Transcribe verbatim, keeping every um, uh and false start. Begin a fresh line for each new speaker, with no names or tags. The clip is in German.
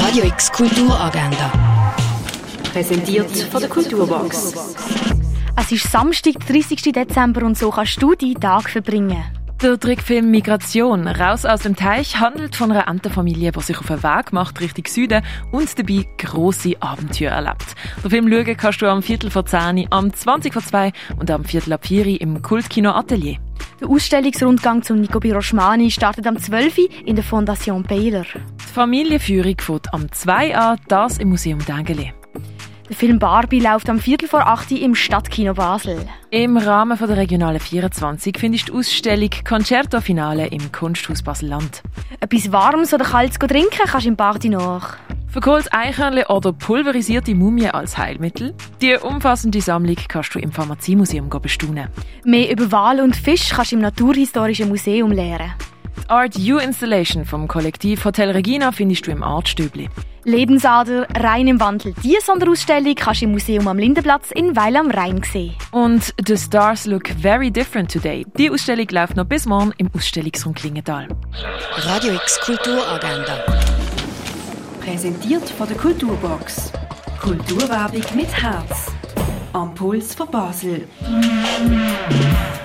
Radio X Kulturagenda.
Präsentiert von der Kulturbox.
Es ist Samstag, der dreißigsten Dezember und so kannst du deinen Tag verbringen.
Der Trickfilm «Migration. Raus aus dem Teich» handelt von einer Entenfamilie, die sich auf den Weg macht Richtung Süden und dabei grosse Abenteuer erlebt. Den Film schauen kannst du am Viertel vor zehn, am zwanzig vor zwei und am Viertel ab vier im Kultkino Atelier.
Der Ausstellungsrundgang zum Nico Biroschmani startet am zwölf in der Fondation Baylor.
Die Familienführung fängt am zwei an, das im Museum Dengeli.
Der Film «Barbie» läuft am Viertel vor acht im Stadtkino Basel.
Im Rahmen der Regionalen vierundzwanzig findest du die Ausstellung «Concerto Finale» im Kunsthaus Basel-Land.
Etwas Warmes oder Kaltes trinken kannst du im Party nach.
Verkohltes Eichhörnchen oder pulverisierte Mumie als Heilmittel. Die umfassende Sammlung kannst du im Pharmaziemuseum bestaunen.
Mehr über Wal und Fisch kannst du im Naturhistorischen Museum lernen.
Die Art U-Installation vom Kollektiv Hotel Regina findest du im Artstübli.
Lebensader, rein im Wandel. Diese Sonderausstellung kannst du im Museum am Lindenplatz in Weil am Rhein sehen.
Und «The Stars Look Very Different Today». Die Ausstellung läuft noch bis morgen im Ausstellungsraum Klingenthal.
Radio X Kulturagenda.
Präsentiert von der Kulturbox. Kulturwerbung mit Herz. Am Puls von Basel.